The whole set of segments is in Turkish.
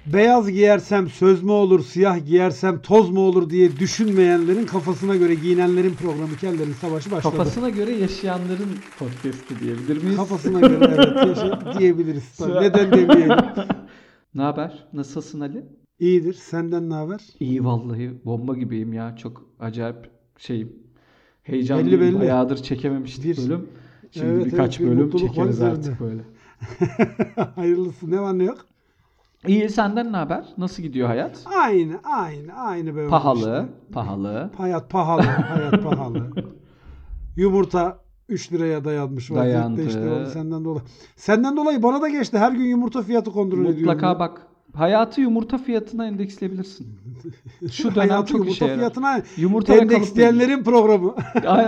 Beyaz giyersem söz mü olur, siyah giyersem toz mu olur diye düşünmeyenlerin, kafasına göre giyinenlerin programı Kellerin Savaşı başladı. Kafasına göre yaşayanların podcast'i diyebilir miyiz? Kafasına göre evet diyebiliriz. Tabii. Neden demeyelim? Ne haber? Nasılsın Ali? İyidir. Senden ne haber? İyi vallahi. Bomba gibiyim ya. Çok acayip heyecanlıyım. Belli. Bayağıdır çekememiştik bölüm. Şimdi birkaç bir bölüm mutluluk çekeriz var artık böyle. Hayırlısı. Ne var ne yok? İyi, senden ne haber? Nasıl gidiyor hayat? Aynı böyle. Pahalı. Hayat pahalı. Yumurta 3 liraya dayanmış. Dayandı. İşte senden dolayı bana da geçti. Her gün yumurta fiyatı kontrol ediyorum. Mutlaka bak. Hayatı yumurta fiyatına endeksleyebilirsin. Şu dönem hayatı çok işe yumurta yarar. fiyatına endeksleyenlerin programı.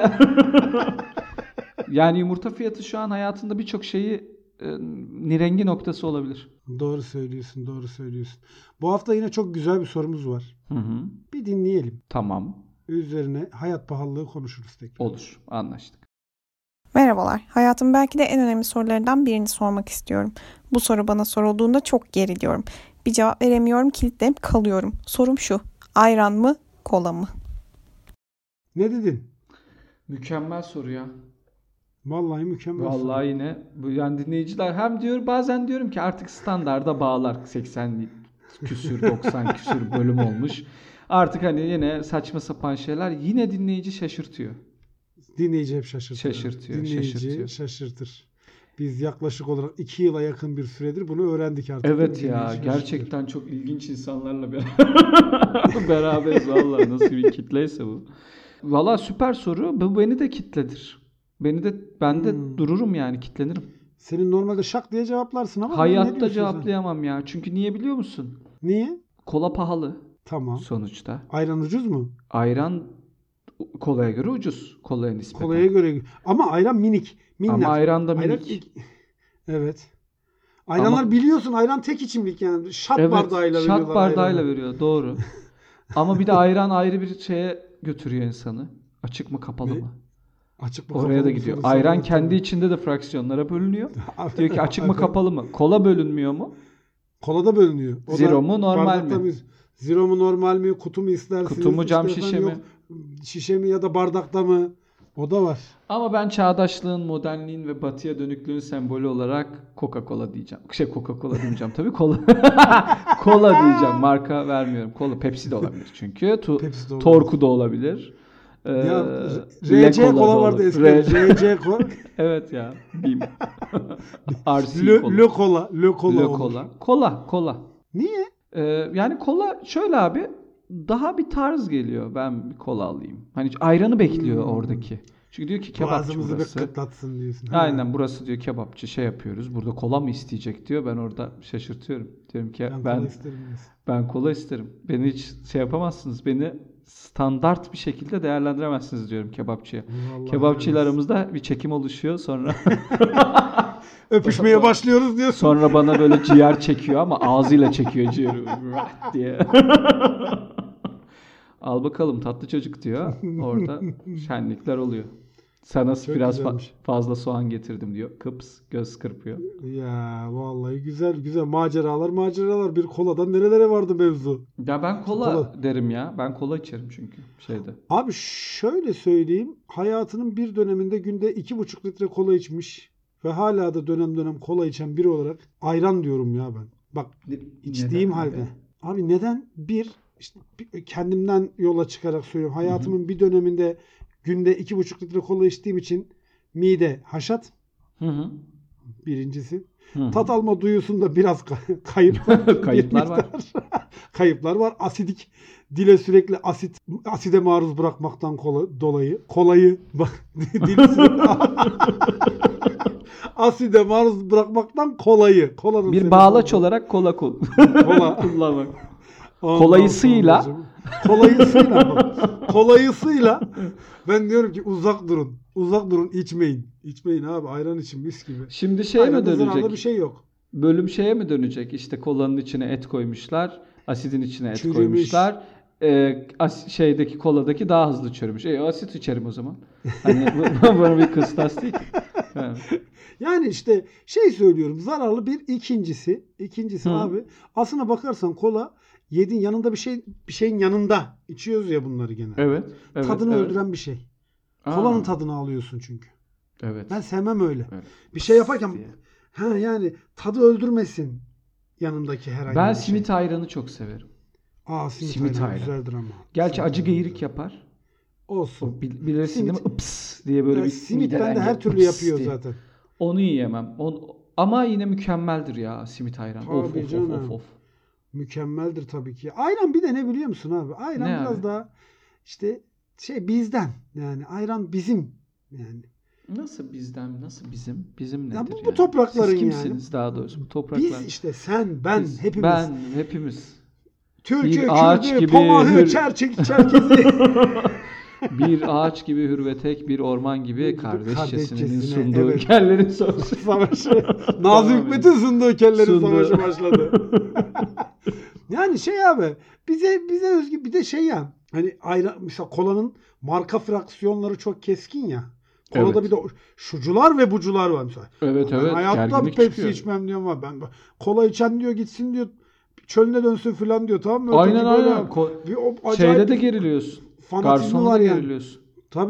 Yani yumurta fiyatı şu an hayatında birçok şeyi nirengi noktası olabilir. Doğru söylüyorsun. Bu hafta yine çok güzel bir sorumuz var. Hı. Bir dinleyelim. Tamam. Üzerine hayat pahalılığı konuşuruz tekrar. Olur. Anlaştık. Merhabalar. Hayatın belki de en önemli sorularından birini sormak istiyorum. Bu soru bana sorulduğunda çok geriliyorum. Bir cevap veremiyorum, kilitlenip kalıyorum. Sorum şu: ayran mı, kola mı? Ne dedin? Mükemmel soru ya. Vallahi mükemmel. Vallahi yine yani dinleyiciler hem diyor, bazen diyorum ki artık standarda bağlar, 80 küsür 90 küsür bölüm olmuş. Artık hani yine saçma sapan şeyler, yine dinleyici şaşırtıyor. Dinleyici hep şaşırtır. Şaşırtıyor. Şaşırtır. Biz yaklaşık olarak 2 yıla yakın bir süredir bunu öğrendik artık. Evet ya, gerçekten çok ilginç insanlarla beraberiz vallahi, nasıl bir kitleyse bu. Vallahi süper soru. Bu beni de kitledir. Ben de dururum yani, kitlenirim. Senin normalde şak diye cevaplarsın ama hayatta cevaplayamam ya. Çünkü niye biliyor musun? Niye? Kola pahalı. Tamam. Sonuçta. Ayran ucuz mu? Ayran kolaya göre ucuz. Kolaya nispeten. Kolaya göre. Ama ayran minnak. Ama ayran da minik. Evet. Ayranlar biliyorsun, ayran tek içimlik yani. Şat bardağıyla veriyorlar. Şat bardağıyla veriyor. Doğru. Ama bir de ayran ayrı bir şeye götürüyor insanı. Açık mı kapalı mı? Açık mı oraya kapalı da gidiyor. Ayran kendi içinde de fraksiyonlara bölünüyor. Diyor ki açık mı kapalı mı? Kola bölünmüyor mu? Kola da bölünüyor. Zero mu normal mi? Zero mu normal mi? Kutu mu istersiniz? Kutu mu cam şişe mi? Şişe mi ya da bardakta mı? O da var. Ama ben çağdaşlığın, modernliğin ve batıya dönüklüğün sembolü olarak Coca-Cola diyeceğim. Coca-Cola demeyeceğim tabii. Kola. Kola diyeceğim. Marka vermiyorum. Kola. Pepsi de olabilir çünkü. Torku da olabilir. Ya RC kola vardı eskiden. RC kola. Evet ya. BİM. RC kola. Le kola. Kola. Niye? Yani kola şöyle abi, daha bir tarz geliyor. Ben bir kola alayım. Hani ayranı bekliyor oradaki. Çünkü diyor ki kebapçı burası. Boğazımızı bir kıtlatsın diyorsun. Aynen, burası diyor kebapçı, yapıyoruz. Burada kola mı isteyecek diyor. Ben orada şaşırtıyorum. Diyorum ki ben kola isterim. Beni hiç yapamazsınız. Beni standart bir şekilde değerlendiremezsiniz diyorum kebapçıya. Kebapçıyla aramızda bir çekim oluşuyor, sonra öpüşmeye başlıyoruz diyorsun. Sonra bana böyle ciğer çekiyor ama ağzıyla çekiyor ciğeri diye. Al bakalım tatlı çocuk diyor. Orada şenlikler oluyor. Sana çok biraz fazla soğan getirdim diyor. Kıps, göz kırpıyor. Ya vallahi güzel maceralar. Bir koladan nerelere vardı mevzu? Ya ben kola derim ya. Ben kola içerim çünkü şeyde. Abi şöyle söyleyeyim. Hayatının bir döneminde günde 2,5 litre kola içmiş ve hala da dönem kola içen biri olarak ayran diyorum ya ben. Bak içtiğim halde. Abi neden? İşte kendimden yola çıkarak söylüyorum. Hayatımın bir döneminde günde 2,5 litre kola içtiğim için mide haşat. Birincisi. Tat alma duyusunda biraz kayıplar var. Kayıplar var. Asidik. Dile sürekli aside maruz bırakmaktan kolayı dili sürekli aside maruz bırakmaktan kolayı. Bir bağlaç olarak kola kullanmak. Kolayısıyla ben diyorum ki uzak durun, içmeyin abi, ayran için mis gibi. Şimdi mi dönecek? Bir şey yok. Bölüm mi dönecek? İşte kolanın içine et koymuşlar, asidin içine et çürümüş koymuşlar. Koladaki daha hızlı çürümüş. Asit içerim o zaman. Hani bana bir kıstas değil. Yani işte şey söylüyorum, zararlı bir. İkincisi abi, aslına bakarsan kola yedin yanında bir şeyin yanında içiyoruz ya bunları genelde. Evet. Tadını öldüren bir şey. Kolanın tadını alıyorsun çünkü. Evet. Ben sevmem öyle. Evet. Bir şey yaparken yani tadı öldürmesin yanındaki herhangi bir şey. Ben simit ayranı çok severim. Simit ayranı güzeldir ama. Gerçi acı geyirik yapar. Olsun. Bilirsin değil mi? Ips diye böyle bir simit bende her türlü yapıyor diye. Zaten. Onu yiyemem. Ama yine mükemmeldir ya simit ayran. Tabii of. Mükemmeldir tabii ki. Ayran bir de ne biliyor musun abi? Ayran ne biraz abi? Daha işte bizden. Yani ayran bizim yani. Nasıl bizden? Nasıl bizim? Bizim nedir ya bu toprakların Siz kimsiniz daha doğrusu bu topraklar? Biz işte sen, ben, hepimiz. Hepimiz. Türkiye, Kürdü, Pomahı, Çerkezi. Bir ağaç gibi hür ve tek, bir orman gibi kardeşçesinin sunduğu kellerin savaşı. Nazım Hikmet'in sunduğu kellerin savaşı başladı. Yani abi bize özgü bir de ya. Hani mesela kolanın marka fraksiyonları çok keskin ya. Kolada bir de şucular ve bucular var mesela. Evet. Hayatta Pepsi içmem diyorum ama ben kola içen diyor gitsin diyor çölüne dönsün falan diyor, tamam mı? Aynen. Şeyde de geriliyorsun. Garsonda geriliyorsun. Tabii.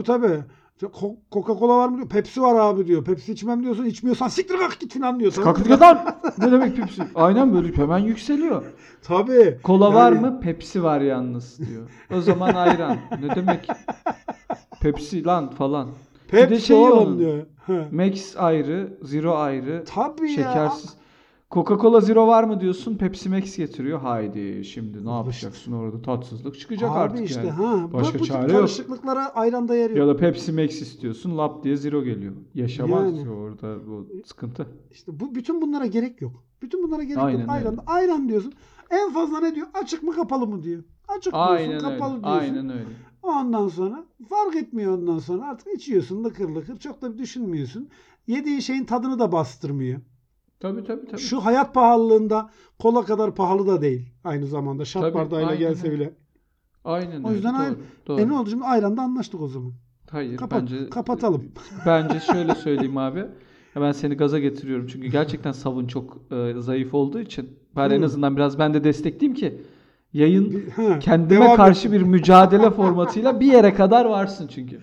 Coca-Cola var mı diyor. Pepsi var abi diyor. Pepsi içmem diyorsun. İçmiyorsan siktir kalk git falan diyor. Kalk git lan. Ne demek Pepsi? Aynen böyle hemen yükseliyor. Tabii. Kola var mı? Pepsi var yalnız diyor. O zaman ayran. Ne demek? Pepsi lan falan. Pepsi oğlum diyor. Max ayrı, Zero ayrı. Tabii şekersiz. Coca-Cola Zero var mı diyorsun? Pepsi Max getiriyor. Haydi şimdi ne yapacaksın orada? Tatsızlık çıkacak abi artık işte, yani. Başka çare yok. Karışıklıklara ayranda yer yok. Ya da Pepsi Max istiyorsun. Lap diye Zero geliyor. Yaşamaz orada bu sıkıntı. İşte bütün bunlara gerek yok. Yok. Ayran diyorsun. En fazla ne diyor? Açık mı kapalı mı diyor. Açık diyorsun, kapalı diyorsun. Aynen öyle. Ondan sonra fark etmiyor, ondan sonra artık içiyorsun lıkır. Çok da düşünmüyorsun. Yediğin şeyin tadını da bastırmıyor. Tabii. Şu hayat pahalılığında kola kadar pahalı da değil. Aynı zamanda şat bardağıyla gelse bile. Aynen o yüzden doğru. Ne oldu şimdi? Ayranda anlaştık o zaman. Hayır kapatalım. Bence şöyle söyleyeyim abi. Ben seni gaza getiriyorum. Çünkü gerçekten savun çok zayıf olduğu için. Ben en azından biraz ben de destekleyeyim ki yayın kendime karşı bir mücadele formatıyla bir yere kadar varsın çünkü.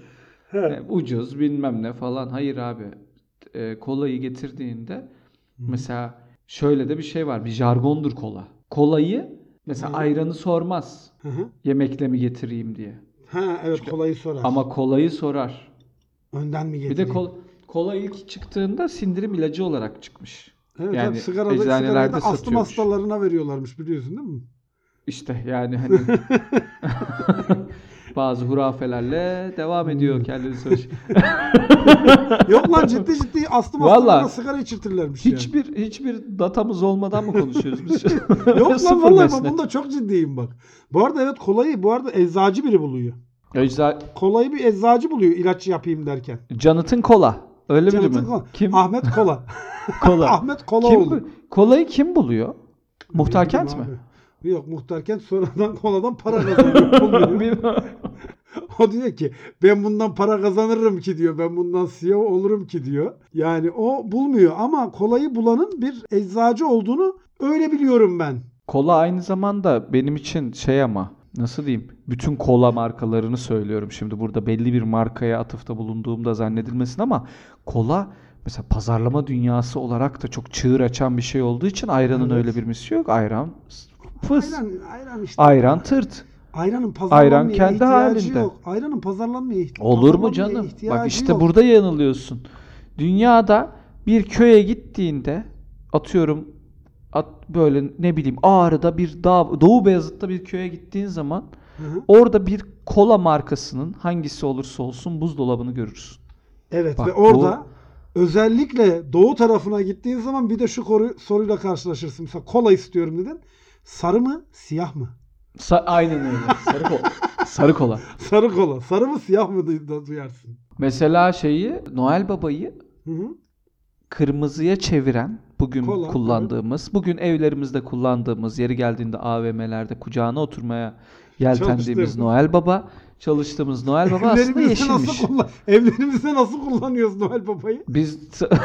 Ucuz bilmem ne falan. Hayır abi. Kolayı getirdiğinde mesela şöyle de bir şey var. Bir jargondur kola. Kolayı mesela ayranı sormaz. Yemekle mi getireyim diye. Evet, çünkü kolayı sorar. Ama kolayı sorar. Önden mi getireyim? Bir de kola ilk çıktığında sindirim ilacı olarak çıkmış. Evet, yani sigarada astım hastalarına veriyorlarmış, biliyorsun değil mi? İşte yani hani bazı hurafelerle devam ediyor kendini savaş. Yok lan, ciddi astım hastalarına sigara içirtirlermiş. Hiçbir datamız olmadan mı konuşuyoruz biz? Yok lan vallahi bunda çok ciddiyim bak. Bu arada evet, kolayı eczacı biri buluyor. Kolayı bir eczacı buluyor ilaç yapayım derken. Jonathan Kola. Öyle biri mi? Kim? Ahmet Kola. Ahmet Kolaoğlu. Kolayı kim buluyor? Muhtar Kent mi? Yok, Muhtar Kent sonradan koladan para kazanıyor. O diyor ki ben bundan para kazanırım ki diyor. Ben bundan CEO olurum ki diyor. Yani o bulmuyor ama kolayı bulanın bir eczacı olduğunu öyle biliyorum ben. Kola aynı zamanda benim için ama nasıl diyeyim? Bütün kola markalarını söylüyorum şimdi burada, belli bir markaya atıfta bulunduğumda zannedilmesin ama kola mesela pazarlama dünyası olarak da çok çığır açan bir şey olduğu için ayranın öyle bir misyon yok. Ayran fıs. Ayran işte. Ayran tırt. Ayranın pazarlanmaya kendi ihtiyacı halinde yok. Ayranın pazarlanmaya ihtiyacı olur mu canım? Bak işte burada yanılıyorsun. Dünyada bir köye gittiğinde atıyorum böyle ne bileyim Ağrı'da bir Doğu Beyazıt'ta bir köye gittiğin zaman orada bir kola markasının hangisi olursa olsun buzdolabını görürsün. Evet, bak, ve orada özellikle doğu tarafına gittiğin zaman bir de şu soruyla karşılaşırsın. Mesela kola istiyorum dedin. Sarı mı, siyah mı? Aynen öyle. Sarı kola. Sarı kola. Sarı mı, siyah mı duyarsın. Mesela Noel Baba'yı kırmızıya çeviren bugün kola, kullandığımız, bugün evlerimizde kullandığımız, yeri geldiğinde AVM'lerde kucağına oturmaya yeltendiğimiz Noel Baba çalıştığımız Noel Baba aslında yeşilmiş. Evlerimizde nasıl kullanıyoruz Noel Baba'yı? Biz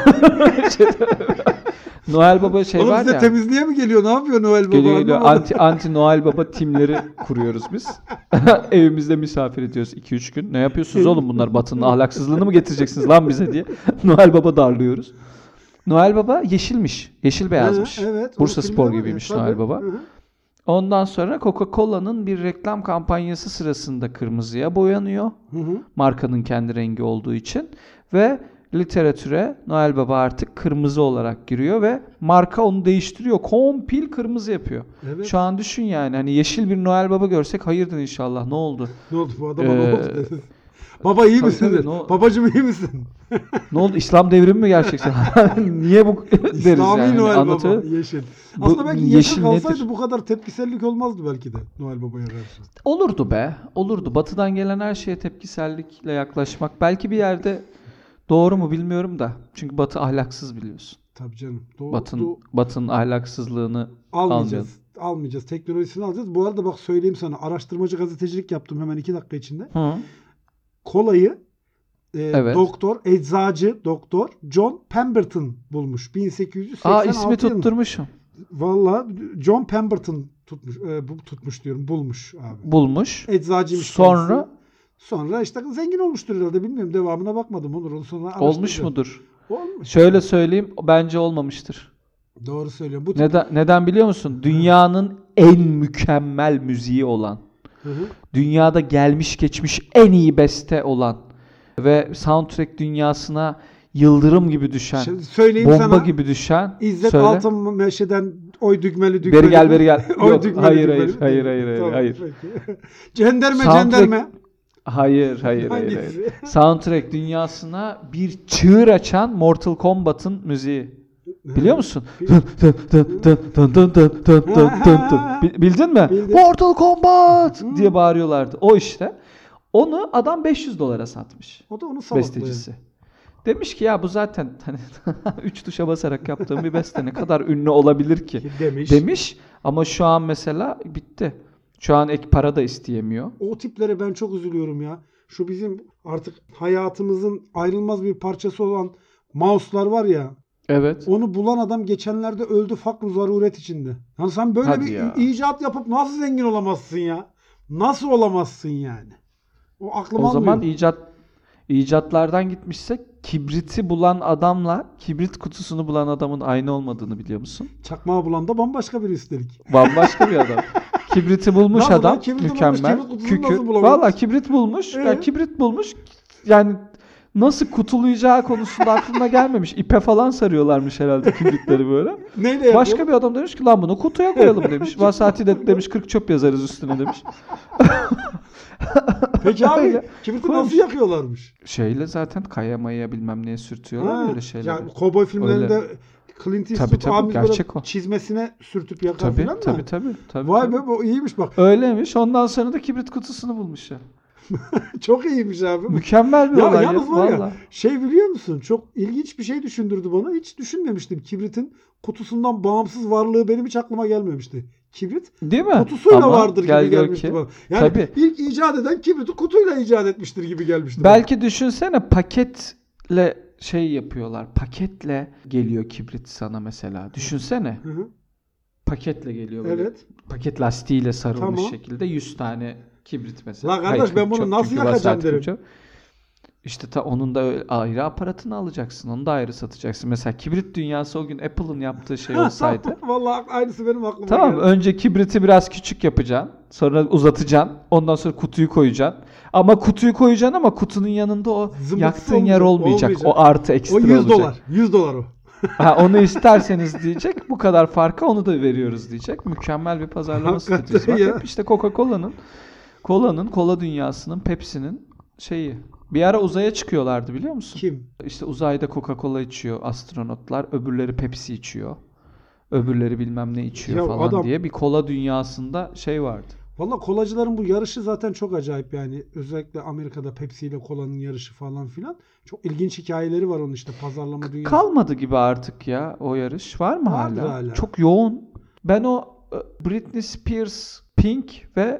Noel Baba Oğlum var size ya. temizliğe mi geliyor? Ne yapıyor Noel Baba? Geliyor. Anti Noel Baba timleri kuruyoruz biz. Evimizde misafir ediyoruz 2-3 gün. Ne yapıyorsunuz oğlum bunlar? Batı'nın ahlaksızlığını mı getireceksiniz lan bize diye. Noel Baba darlıyoruz. Noel Baba yeşilmiş. Yeşil beyazmış. Evet, Bursa Spor gibiymiş Noel Baba. Hı. Ondan sonra Coca-Cola'nın bir reklam kampanyası sırasında kırmızıya boyanıyor. Hı. Markanın kendi rengi olduğu için. Ve literatüre Noel Baba artık kırmızı olarak giriyor ve marka onu değiştiriyor. Kompil kırmızı yapıyor. Evet. Şu an düşün yani hani yeşil bir Noel Baba görsek hayırdır inşallah ne oldu? Ne oldu bu adama ne oldu dedi. Baba iyi misin? Babacım iyi misin? Ne oldu? İslam devrimi mi gerçekten? Niye bu deriz İslami yani? Noel Baba yeşil. Aslında belki yeşil kalsaydı nedir? bu kadar tepkisellik olmazdı belki de Noel Baba'ya karşı. Olurdu be. Olurdu. Batı'dan gelen her şeye tepkisellikle yaklaşmak. Belki bir yerde doğru mu bilmiyorum da. Çünkü Batı ahlaksız biliyorsun. Tabii canım. Batı'nın ahlaksızlığını almayacağız. Teknolojisini alacağız. Bu arada bak söyleyeyim sana. Araştırmacı gazetecilik yaptım hemen 2 dakika içinde. Hı. Kolayı Evet. eczacı doktor John Pemberton bulmuş. 1886 ismi tutturmuşum. Valla John Pemberton bulmuş abi. Bulmuş. Eczacıymış. Sonra işte zengin olmuştur herhalde. Bilmiyorum. Devamına bakmadım. Onu sonra olmuş mudur? Olmuş. Şöyle söyleyeyim. Bence olmamıştır. Doğru söylüyorum. Neden biliyor musun? Dünyanın en mükemmel müziği olan, dünyada gelmiş geçmiş en iyi beste olan ve soundtrack dünyasına yıldırım gibi düşen, bomba sana, gibi düşen. İzzet Altınmeşe'den oy düğmeli. Beri gel. Yok, hayır. Cenderme. Hayır. Soundtrack dünyasına bir çığır açan Mortal Kombat'ın müziği. Biliyor musun? Bildin mi? Bildim. Mortal Kombat diye bağırıyorlardı. O işte. Onu adam $500 satmış. O da onu salaklıyor. Bestecisi. Demiş ki ya bu zaten hani 3 tuşa basarak yaptığım bir beste ne kadar ünlü olabilir ki? Demiş. Ama şu an mesela bitti. Şu an ek para da isteyemiyor. O tiplere ben çok üzülüyorum ya. Şu bizim artık hayatımızın ayrılmaz bir parçası olan mouse'lar var ya. Evet. Onu bulan adam geçenlerde öldü fakr zaruret içinde. Yani sen böyle icat yapıp nasıl zengin olamazsın ya? Nasıl olamazsın yani? O aklım almıyor. O zaman icatlardan gitmişsek kibriti bulan adamla kibrit kutusunu bulan adamın aynı olmadığını biliyor musun? Çakmağı bulan da bambaşka biri üstelik. Bambaşka bir adam. Kibriti bulmuş nasıl adam. Mükemmel. Kükür. Valla kibrit bulmuş. Yani kibrit bulmuş. Yani nasıl kutulayacağı konusunda aklına gelmemiş. İpe falan sarıyorlarmış herhalde kibritleri böyle. Neyle yapıyor? Başka bir adam demiş ki lan bunu kutuya koyalım demiş. Vasati de demiş 40 çöp yazarız üstüne demiş. Peki abi kibriti nasıl yakıyorlarmış? Şeyle zaten kayamaya bilmem neye sürtüyorlar öyle şeyler. Yani kovboy filmlerinde öyle. Clint Eastwood abi böyle çizmesine sürtüp yakar falan mı? Tabii. Vay be bu iyiymiş bak. Öyleymiş. Ondan sonra da kibrit kutusunu bulmuş ya. Çok iyiymiş abi. Mükemmel bir olay ya. Valla. Biliyor musun? Çok ilginç bir şey düşündürdü bana. Hiç düşünmemiştim. Kibritin kutusundan bağımsız varlığı benim hiç aklıma gelmemişti. Kibrit değil mi? Kutusuyla vardır gibi gelmişti bana. Yani ilk icat eden kibriti kutuyla icat etmiştir gibi gelmişti. Belki bana. Düşünsene paketle yapıyorlar. Paketle geliyor kibrit sana mesela. Düşünsene. Hı. Paketle geliyor böyle. Evet. Paket lastiğiyle sarılmış şekilde 100 tane kibrit mesela. La kardeş ben bunu nasıl yakacağım derim. İşte onun da ayrı aparatını alacaksın. Onu da ayrı satacaksın. Mesela kibrit dünyası o gün Apple'ın yaptığı şey olsaydı. Vallahi aynısı benim aklıma geldi. Tamam önce kibriti biraz küçük yapacaksın. Sonra uzatacaksın. Ondan sonra kutuyu koyacaksın. Ama kutunun yanında o yaktığın yer olmayacak. O artı ekstra olacak. O $100 o. Onu isterseniz diyecek. Bu kadar farka onu da veriyoruz diyecek. Mükemmel bir pazarlama stratejisi var. Hep işte Coca-Cola'nın, kola dünyasının, Pepsi'nin şeyi. Bir ara uzaya çıkıyorlardı biliyor musun? Kim? İşte uzayda Coca-Cola içiyor astronotlar. Öbürleri Pepsi içiyor. Öbürleri bilmem ne içiyor falan diye. Bir kola dünyasında şey vardı. Valla kolacıların bu yarışı zaten çok acayip yani. Özellikle Amerika'da Pepsi ile kolanın yarışı falan filan. Çok ilginç hikayeleri var onun işte pazarlama dünyası. Kalmadı gibi artık ya o yarış. Var mı hala? Çok yoğun. Ben o Britney Spears, Pink ve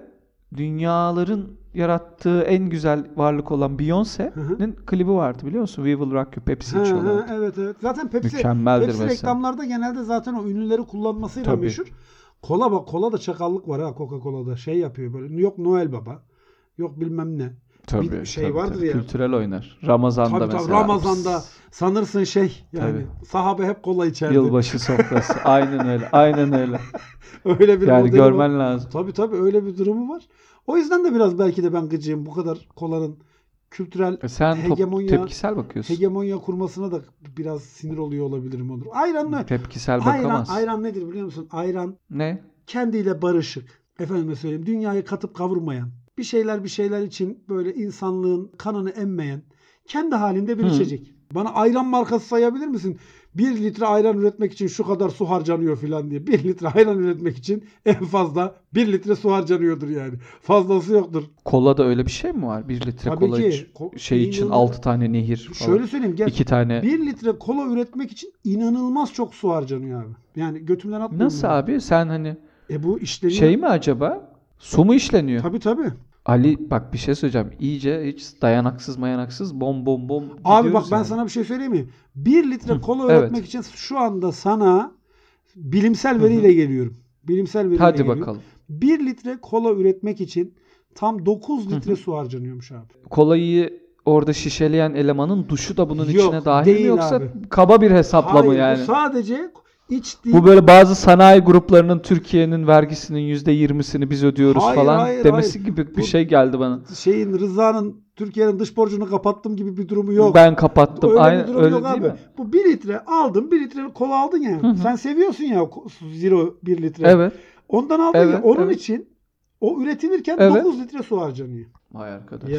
dünyaların yarattığı en güzel varlık olan Beyoncé'nin klibi vardı biliyor musun? We Will Rock You Pepsi içiyorlar. Evet. Zaten Mükemmeldir Pepsi mesela. reklamlarda genelde zaten o ünlüleri kullanmasıyla Tabii. meşhur. Kola da çakallık var ha Coca-Cola'da. Şey yapıyor böyle. Yok Noel Baba. Yok bilmem ne. Tabii, Bir şey vardır ya. Kültürel oynar. Ramazan'da Tabii, mesela. Ramazan'da sanırsın yani sahabe hep kola içerdi. Yılbaşı sofrası. Aynen öyle. Öyle bir yani modeli görmen var. lazım. Tabii öyle bir durumu var. O yüzden de biraz belki de ben gıcığım. Bu kadar kolanın kültürel Sen tepkisel bakıyorsun. hegemonya kurmasına da biraz sinir oluyor olabilirim olur. Ayran Tepkisel bakamazsın. Ayran nedir biliyor musun? Ayran Ne? kendiyle barışık. Efendime söyleyeyim. Dünyayı katıp kavurmayan. Bir şeyler için böyle insanlığın kanını emmeyen. Kendi halinde bir içecek. Bana ayran markası sayabilir misin? 1 litre ayran üretmek için şu kadar su harcanıyor filan diye. 1 litre ayran üretmek için en fazla 1 litre su harcanıyordur yani. Fazlası yoktur. Kola da öyle bir şey mi var? 1 litre Tabii kola ki. için 6 tane nehir falan. Şöyle söyleyeyim. 2 tane. 1 litre kola üretmek için inanılmaz çok su harcanıyor abi. Yani götümden atmıyorum. Nasıl abi? Sen hani bu işleniyor. şey mi acaba? Su mu işleniyor? Tabii. Ali bak bir şey söyleyeceğim. İyice hiç dayanaksız bom Abi bak ben yani. sana bir şey söyleyeyim mi? 1 litre kola üretmek için şu anda sana bilimsel veriyle geliyorum. Hadi bakalım. 1 litre kola üretmek için tam 9 litre su harcanıyormuş abi. Kolayı orada şişeleyen elemanın duşu da bunun Yok, içine dahil mi değil yoksa abi. kaba bir hesapla mı Hayır, yani? bu sadece içtiği... Bu böyle bazı sanayi gruplarının Türkiye'nin vergisinin %20'sini biz ödüyoruz falan demesi gibi bir şey geldi bana. Rıza'nın Türkiye'nin dış borcunu kapattım gibi bir durumu yok. Ben kapattım. Öyle bir durum öyle yok değil abi. mi? Bu 1 litre aldın, 1 litre kola aldın ya. Sen seviyorsun ya zero 1 litre. Evet. Ondan aldın ya. Onun için o üretilirken 9 litre su harcanıyor. Vay arkadaş.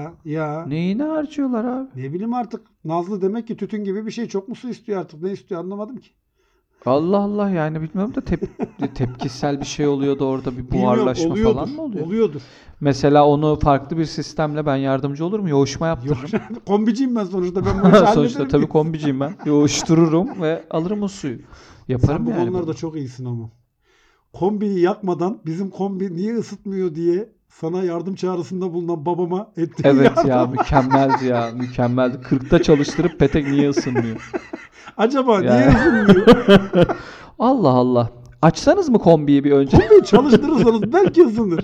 Ya. Neyini harcıyorlar abi? Ne bileyim artık. Nazlı demek ki tütün gibi bir şey. Çok mu su istiyor artık? Ne istiyor anlamadım ki. Allah Allah yani bilmiyorum da tepkisel bir şey oluyordu orada bir buharlaşma falan mı oluyor? Oluyordur. Mesela onu farklı bir sistemle ben yardımcı olur mu? Yoğuşma yaptırırım. Kombiciyim ben sonuçta. Ben bu işi hallederim. Sonuçta tabii kombiciyim ben. Yoğuştururum ve alırım o suyu. Yaparım sen bu yani. konularda bunu. çok iyisin ama. Kombiyi yakmadan bizim kombi niye ısıtmıyor diye sana yardım çağrısında bulunan babama ettiğin Evet yardım. ya mükemmeldi. 40'ta çalıştırıp petek niye ısınmıyor? Acaba Yani. niye ısınmıyor? Allah. Açsanız mı kombiyi bir önce? Kombiyi çalıştırırsanız belki ısınır.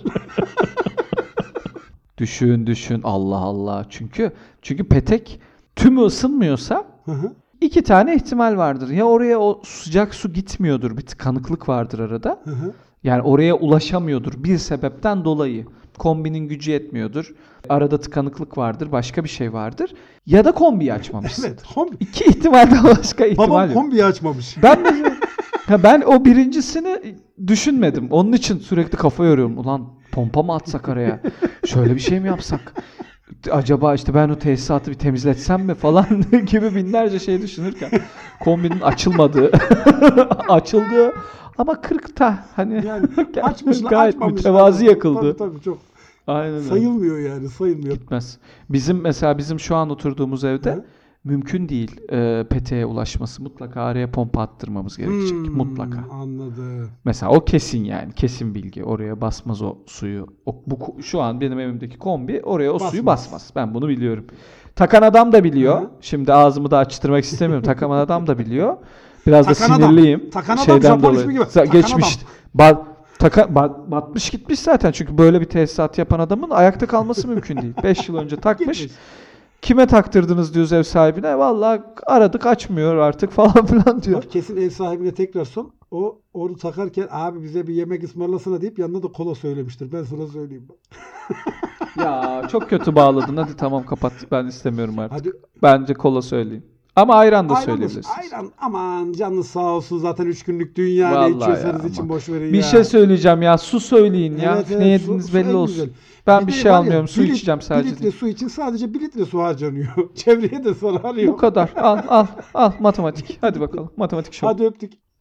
Düşün. Allah. Çünkü petek tümü ısınmıyorsa Hı hı. 2 tane ihtimal vardır. Ya oraya o sıcak su gitmiyordur. Bir tıkanıklık vardır arada. Hı hı. Yani oraya ulaşamıyordur bir sebepten dolayı. Kombinin gücü yetmiyordur. Arada tıkanıklık vardır. Başka bir şey vardır. Ya da kombiyi açmamışsın. Evet. Kombi. 2 ihtimalden başka ihtimal Babam yok. kombiyi açmamış. Ben o birincisini düşünmedim. Onun için sürekli kafa yoruyorum. Ulan pompa mı atsak araya? Şöyle bir şey mi yapsak? Acaba işte ben o tesisatı bir temizletsem mi falan gibi binlerce şey düşünürken kombinin açıldığı ama 40'ta hani Yani açmışlar, gayet açmamışlar. mütevazi yakıldı. Tabii çok. Aynen öyle. Sayılmıyor yani. Sayılmıyor. Gitmez. Bizim şu an oturduğumuz evde Hı? mümkün değil peteğe ulaşması. Mutlaka araya pompa attırmamız gerekecek. Mutlaka. Anladım. Mesela o kesin yani. Kesin bilgi. Oraya basmaz o suyu. Şu an benim evimdeki kombi oraya o suyu basmaz. Ben bunu biliyorum. Takan adam da biliyor. Hı. Şimdi ağzımı da açtırmak istemiyorum. Takan adam da biliyor. Biraz Takan da sinirliyim. Takan adam Şeyden Japon dolayı. ismi gibi. Takan Geçmiş. Batmış gitmiş zaten. Çünkü böyle bir tesisat yapan adamın ayakta kalması mümkün değil. 5 yıl önce takmış. Gitmiş. Kime taktırdınız diyoruz ev sahibine. Vallahi aradık açmıyor artık falan filan diyor. Bak kesin ev sahibine tekrar son. O onu takarken abi bize bir yemek ısmarlasana deyip yanına da kola söylemiştir. Ben sana söyleyeyim. Ya çok kötü bağladın. Hadi tamam kapat. Ben istemiyorum artık. Hadi. Bence kola söyleyin. Ama ayran da söyleyebilirsiniz. Ayran aman canınız sağ olsun zaten 3 günlük dünya Vallahi ne içiyorsanız ya, için aman. boş verin Bir ya. şey söyleyeceğim ya. Su söyleyin ya. Evet, Ne yediğiniz su belli en olsun. güzel. Ben bir de şey var ya, almıyorum. Su içeceğim sadece. 1 litre su için sadece 1 litre su harcanıyor. Çevreye de zarar yok. Bu kadar. Al matematik. Hadi bakalım. Matematik şov. Hadi öptük.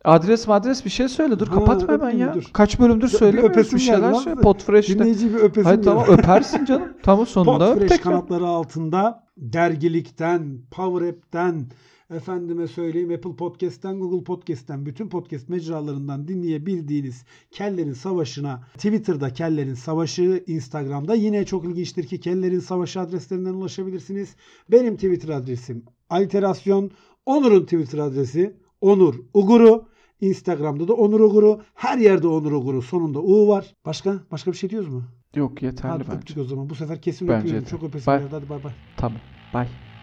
Adres bir şey söyle. Dur kapatma hemen ya. Dur. Kaç bölümdür söylemiyoruz bir şeyler söyle. Podfresh'te. Dinleyici bir öpesim Hayır tamam öpersin canım. Tamam sonunda öp Podfresh tekrar. kanatları altında dergilikten, Power App'ten, efendime söyleyeyim Apple Podcast'ten, Google Podcast'ten, bütün podcast mecralarından dinleyebildiğiniz Kellerin Savaşı'na, Twitter'da Kellerin Savaşı, Instagram'da yine çok ilginçtir ki Kellerin Savaşı adreslerinden ulaşabilirsiniz. Benim Twitter adresim Aliterasyon, Onur'un Twitter adresi Onur Uguru, Instagram'da da Onur Uguru, her yerde Onur Uguru, sonunda U var. Başka bir şey diyoruz mu? Yok yeterli Hadi bence. öptük o zaman. Bu sefer kesin Bence öpüyorum. yeter. Çok öpesim Bye. geldi. Hadi bay bay. Tamam. Bye.